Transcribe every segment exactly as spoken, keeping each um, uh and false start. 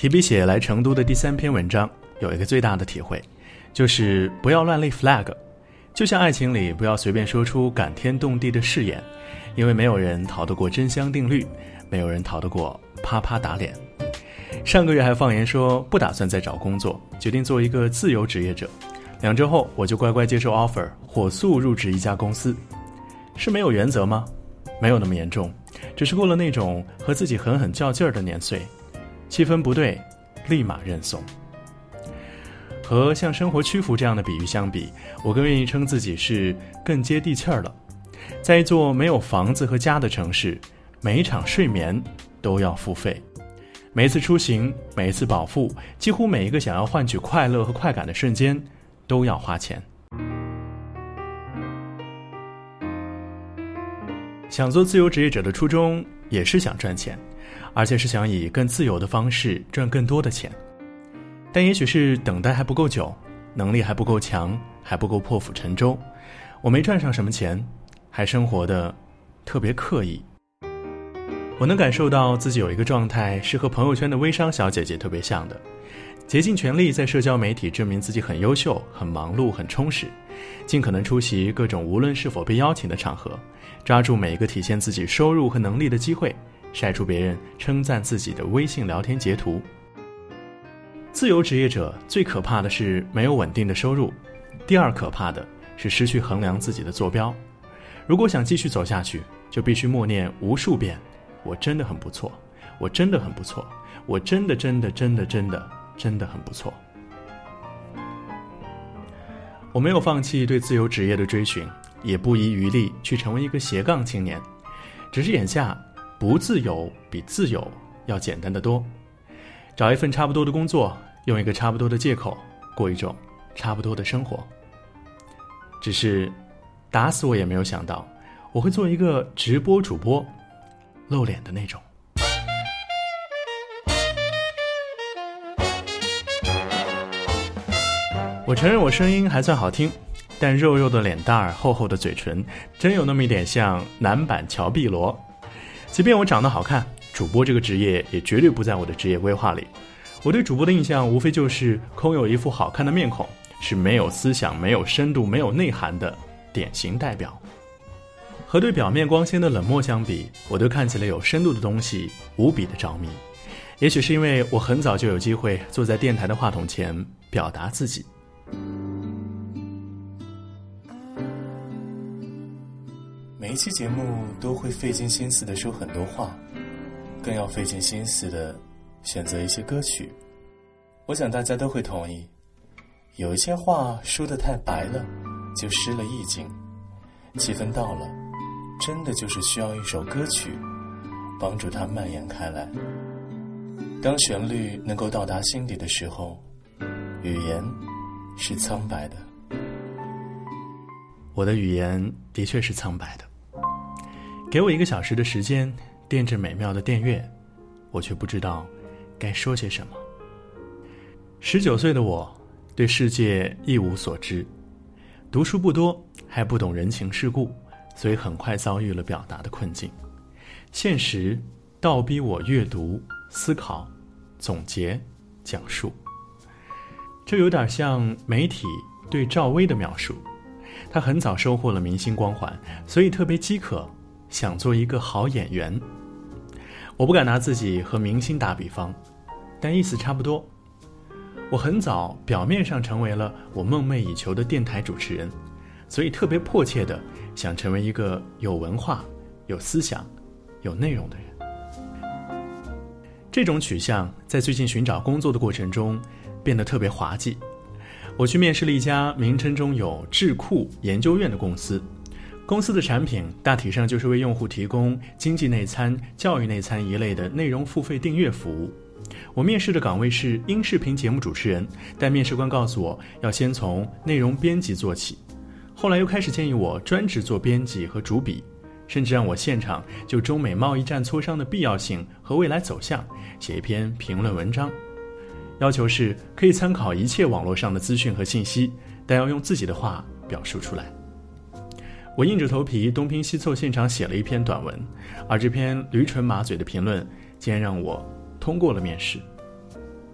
提笔写来成都的第三篇文章，有一个最大的体会，就是不要乱立 flag。 就像爱情里，不要随便说出感天动地的誓言，因为没有人逃得过真香定律，没有人逃得过啪啪打脸。上个月还放言说不打算再找工作，决定做一个自由职业者。两周后我就乖乖接受 offer， 火速入职一家公司。是没有原则吗？没有那么严重，只是过了那种和自己狠狠较劲儿的年岁，气氛不对，立马认怂。和向生活屈服这样的比喻相比，我更愿意称自己是更接地气儿了。在一座没有房子和家的城市，每一场睡眠都要付费，每一次出行，每一次饱腹，几乎每一个想要换取快乐和快感的瞬间都要花钱。想做自由职业者的初衷也是想赚钱，而且是想以更自由的方式赚更多的钱。但也许是等待还不够久，能力还不够强，还不够破釜沉舟，我没赚上什么钱，还生活得特别刻意。我能感受到自己有一个状态是和朋友圈的微商小姐姐特别像的，竭尽全力在社交媒体证明自己很优秀，很忙碌，很充实，尽可能出席各种无论是否被邀请的场合，抓住每一个体现自己收入和能力的机会，晒出别人称赞自己的微信聊天截图。自由职业者最可怕的是没有稳定的收入，第二可怕的是失去衡量自己的坐标。如果想继续走下去，就必须默念无数遍，我真的很不错，我真的很不错，我真的真的真的真的真的很不错。我没有放弃对自由职业的追寻，也不遗余力去成为一个斜杠青年，只是眼下不自由比自由要简单得多。找一份差不多的工作，用一个差不多的借口，过一种差不多的生活。只是打死我也没有想到，我会做一个直播主播，露脸的那种。我承认我声音还算好听，但肉肉的脸蛋儿，厚厚的嘴唇，真有那么一点像男版乔碧萝。即便我长得好看，主播这个职业也绝对不在我的职业规划里。我对主播的印象无非就是空有一副好看的面孔，是没有思想、没有深度、没有内涵的典型代表。和对表面光鲜的冷漠相比，我对看起来有深度的东西无比的着迷。也许是因为我很早就有机会坐在电台的话筒前表达自己。 每一期节目都会费尽心思地说很多话，更要费尽心思地选择一些歌曲。我想大家都会同意，有一些话说得太白了，就失了意境。气氛到了，真的就是需要一首歌曲，帮助它蔓延开来。当旋律能够到达心底的时候，语言是苍白的。 我的语言的确是苍白的。给我一个小时的时间，垫着美妙的电乐，我却不知道该说些什么。十九岁的我对世界一无所知，读书不多，还不懂人情世故，所以很快遭遇了表达的困境。现实倒逼我阅读、思考、总结、讲述。这有点像媒体对赵薇的描述，她很早收获了明星光环，所以特别饥渴，想做一个好演员。我不敢拿自己和明星打比方，但意思差不多。我很早表面上成为了我梦寐以求的电台主持人，所以特别迫切地想成为一个有文化、有思想、有内容的人。这种取向在最近寻找工作的过程中变得特别滑稽。我去面试了一家名称中有智库研究院的公司，公司的产品大体上就是为用户提供经济内参、教育内参一类的内容付费订阅服务。我面试的岗位是音视频节目主持人，但面试官告诉我要先从内容编辑做起，后来又开始建议我专职做编辑和主笔，甚至让我现场就中美贸易战磋商的必要性和未来走向写一篇评论文章。要求是可以参考一切网络上的资讯和信息，但要用自己的话表述出来。我硬着头皮东拼西凑现场写了一篇短文，而这篇驴唇马嘴的评论竟然让我通过了面试。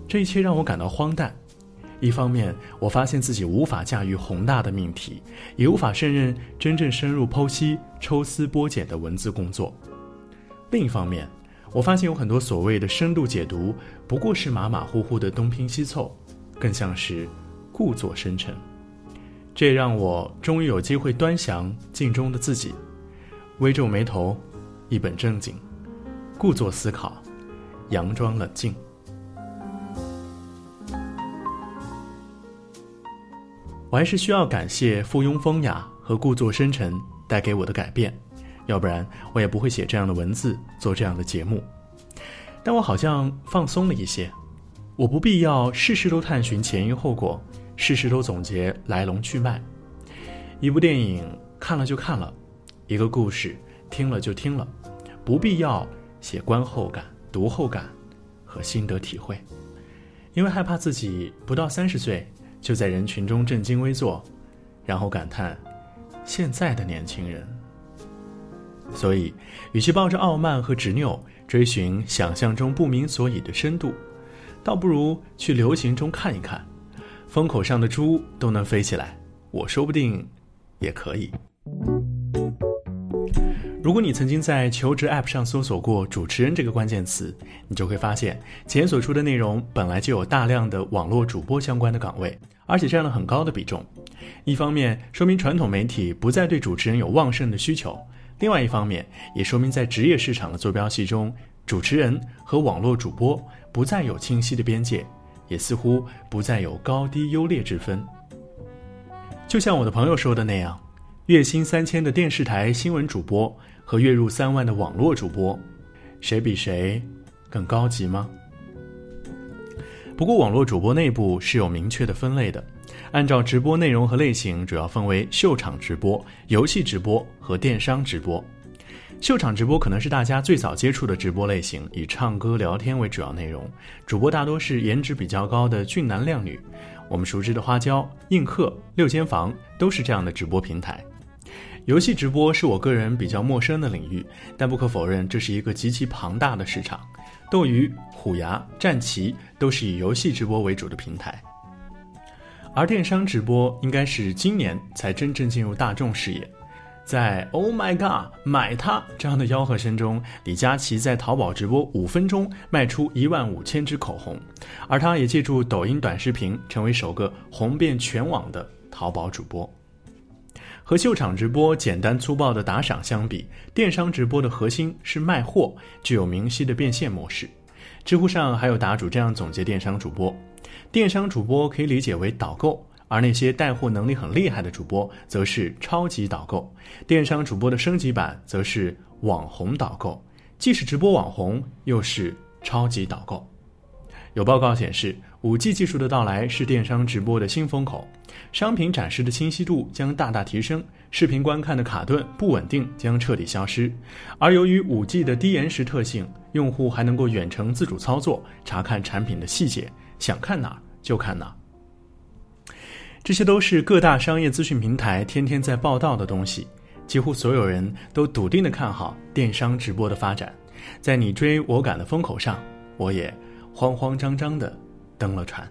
这一切让我感到荒诞。一方面，我发现自己无法驾驭宏大的命题，也无法胜任真正深入剖析、抽丝剥茧的文字工作。另一方面，我发现有很多所谓的深度解读，不过是马马虎虎的东拼西凑，更像是故作深沉。这也让我终于有机会端详镜中的自己，微皱眉头，一本正经，故作思考，佯装冷静。我还是需要感谢附庸风雅和故作深沉带给我的改变，要不然我也不会写这样的文字，做这样的节目。但我好像放松了一些，我不必要事事都探寻前因后果，事事都总结来龙去脉。一部电影看了就看了，一个故事听了就听了，不必要写观后感、读后感和心得体会，因为害怕自己不到三十岁就在人群中正襟危坐，然后感叹现在的年轻人。所以与其抱着傲慢和执拗追寻想象中不明所以的深度，倒不如去流行中看一看，风口上的猪都能飞起来，我说不定也可以。如果你曾经在求职 App 上搜索过主持人这个关键词，你就会发现前所述的内容本来就有大量的网络主播相关的岗位，而且占了很高的比重。一方面说明传统媒体不再对主持人有旺盛的需求，另外一方面也说明在职业市场的坐标系中，主持人和网络主播不再有清晰的边界，也似乎不再有高低优劣之分。就像我的朋友说的那样，月薪三千的电视台新闻主播和月入三万的网络主播，谁比谁更高级吗？不过网络主播内部是有明确的分类的，按照直播内容和类型主要分为秀场直播、游戏直播和电商直播。秀场直播可能是大家最早接触的直播类型，以唱歌聊天为主要内容，主播大多是颜值比较高的俊男靓女，我们熟知的花椒、映客、六间房都是这样的直播平台。游戏直播是我个人比较陌生的领域，但不可否认这是一个极其庞大的市场，斗鱼、虎牙、战旗都是以游戏直播为主的平台。而电商直播应该是今年才真正进入大众视野。在 Oh my god 买它这样的吆喝声中，李佳琦在淘宝直播五分钟卖出一万五千支口红，而他也借助抖音短视频成为首个红遍全网的淘宝主播。和秀场直播简单粗暴的打赏相比，电商直播的核心是卖货，具有明晰的变现模式。知乎上还有答主这样总结电商主播：电商主播可以理解为导购，而那些带货能力很厉害的主播则是超级导购。电商主播的升级版则是网红导购，既是直播网红，又是超级导购。有报告显示， 五 G 技术的到来是电商直播的新风口，商品展示的清晰度将大大提升，视频观看的卡顿不稳定将彻底消失。而由于 五 G 的低延时特性，用户还能够远程自主操作，查看产品的细节，想看哪儿就看哪儿。这些都是各大商业资讯平台天天在报道的东西，几乎所有人都笃定地看好电商直播的发展。在你追我赶的风口上，我也慌慌张张地登了船。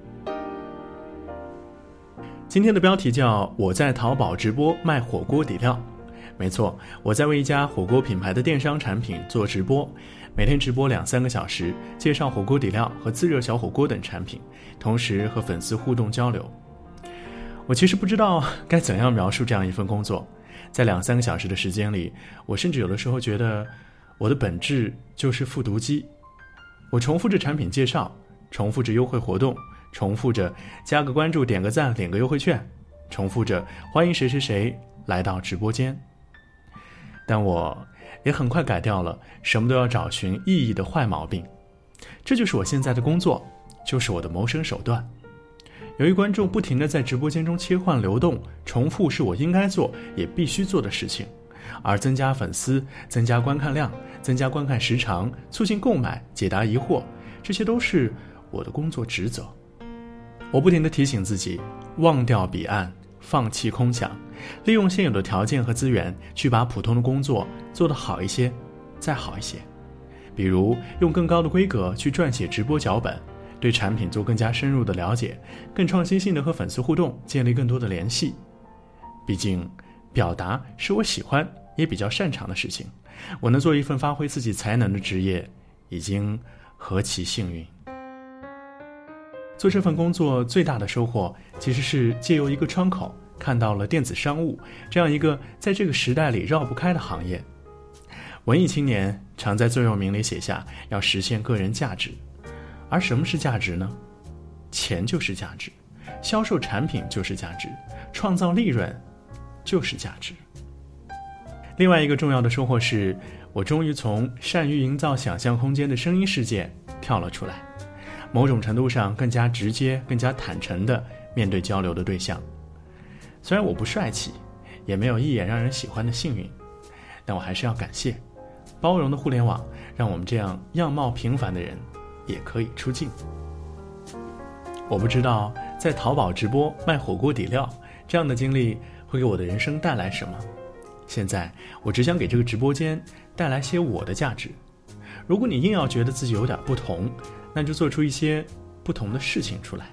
今天的标题叫我在淘宝直播卖火锅底料。没错，我在为一家火锅品牌的电商产品做直播，每天直播两三个小时，介绍火锅底料和自热小火锅等产品，同时和粉丝互动交流。我其实不知道该怎样描述这样一份工作，在两三个小时的时间里，我甚至有的时候觉得我的本质就是复读机。我重复着产品介绍，重复着优惠活动，重复着加个关注点个赞领个优惠券，重复着欢迎谁谁谁来到直播间。但我也很快改掉了什么都要找寻意义的坏毛病，这就是我现在的工作，就是我的谋生手段。由于观众不停地在直播间中切换流动，重复是我应该做也必须做的事情，而增加粉丝、增加观看量、增加观看时长、促进购买、解答疑惑，这些都是我的工作职责。我不停地提醒自己，忘掉彼岸，放弃空想，利用现有的条件和资源，去把普通的工作做得好一些，再好一些。比如用更高的规格去撰写直播脚本， 对产品做更加深入的了解，更创新性的和粉丝互动，建立更多的联系。毕竟表达是我喜欢也比较擅长的事情，我能做一份发挥自己才能的职业，已经何其幸运。做这份工作最大的收获，其实是借由一个窗口看到了电子商务这样一个在这个时代里绕不开的行业。文艺青年常在座右铭里写下要实现个人价值，而什么是价值呢？钱就是价值，销售产品就是价值，创造利润就是价值。另外一个重要的收获是，我终于从善于营造想象空间的声音世界跳了出来，某种程度上更加直接、更加坦诚地面对交流的对象。虽然我不帅气，也没有一眼让人喜欢的幸运，但我还是要感谢包容的互联网，让我们这样样貌平凡的人也可以出镜。我不知道在淘宝直播卖火锅底料这样的经历会给我的人生带来什么，现在我只想给这个直播间带来些我的价值。如果你硬要觉得自己有点不同，那就做出一些不同的事情出来。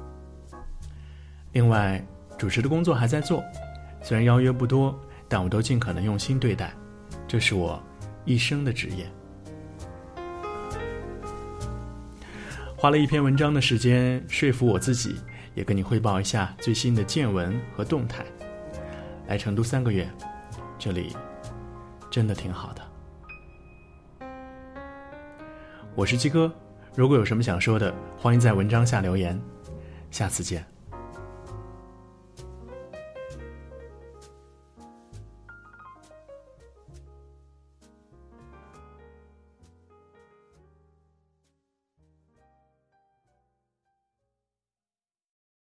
另外，主持的工作还在做，虽然邀约不多，但我都尽可能用心对待，这是我一生的职业。花了一篇文章的时间说服我自己，也跟你汇报一下最新的见闻和动态。来成都三个月，这里真的挺好的。我是鸡哥，如果有什么想说的，欢迎在文章下留言。下次见。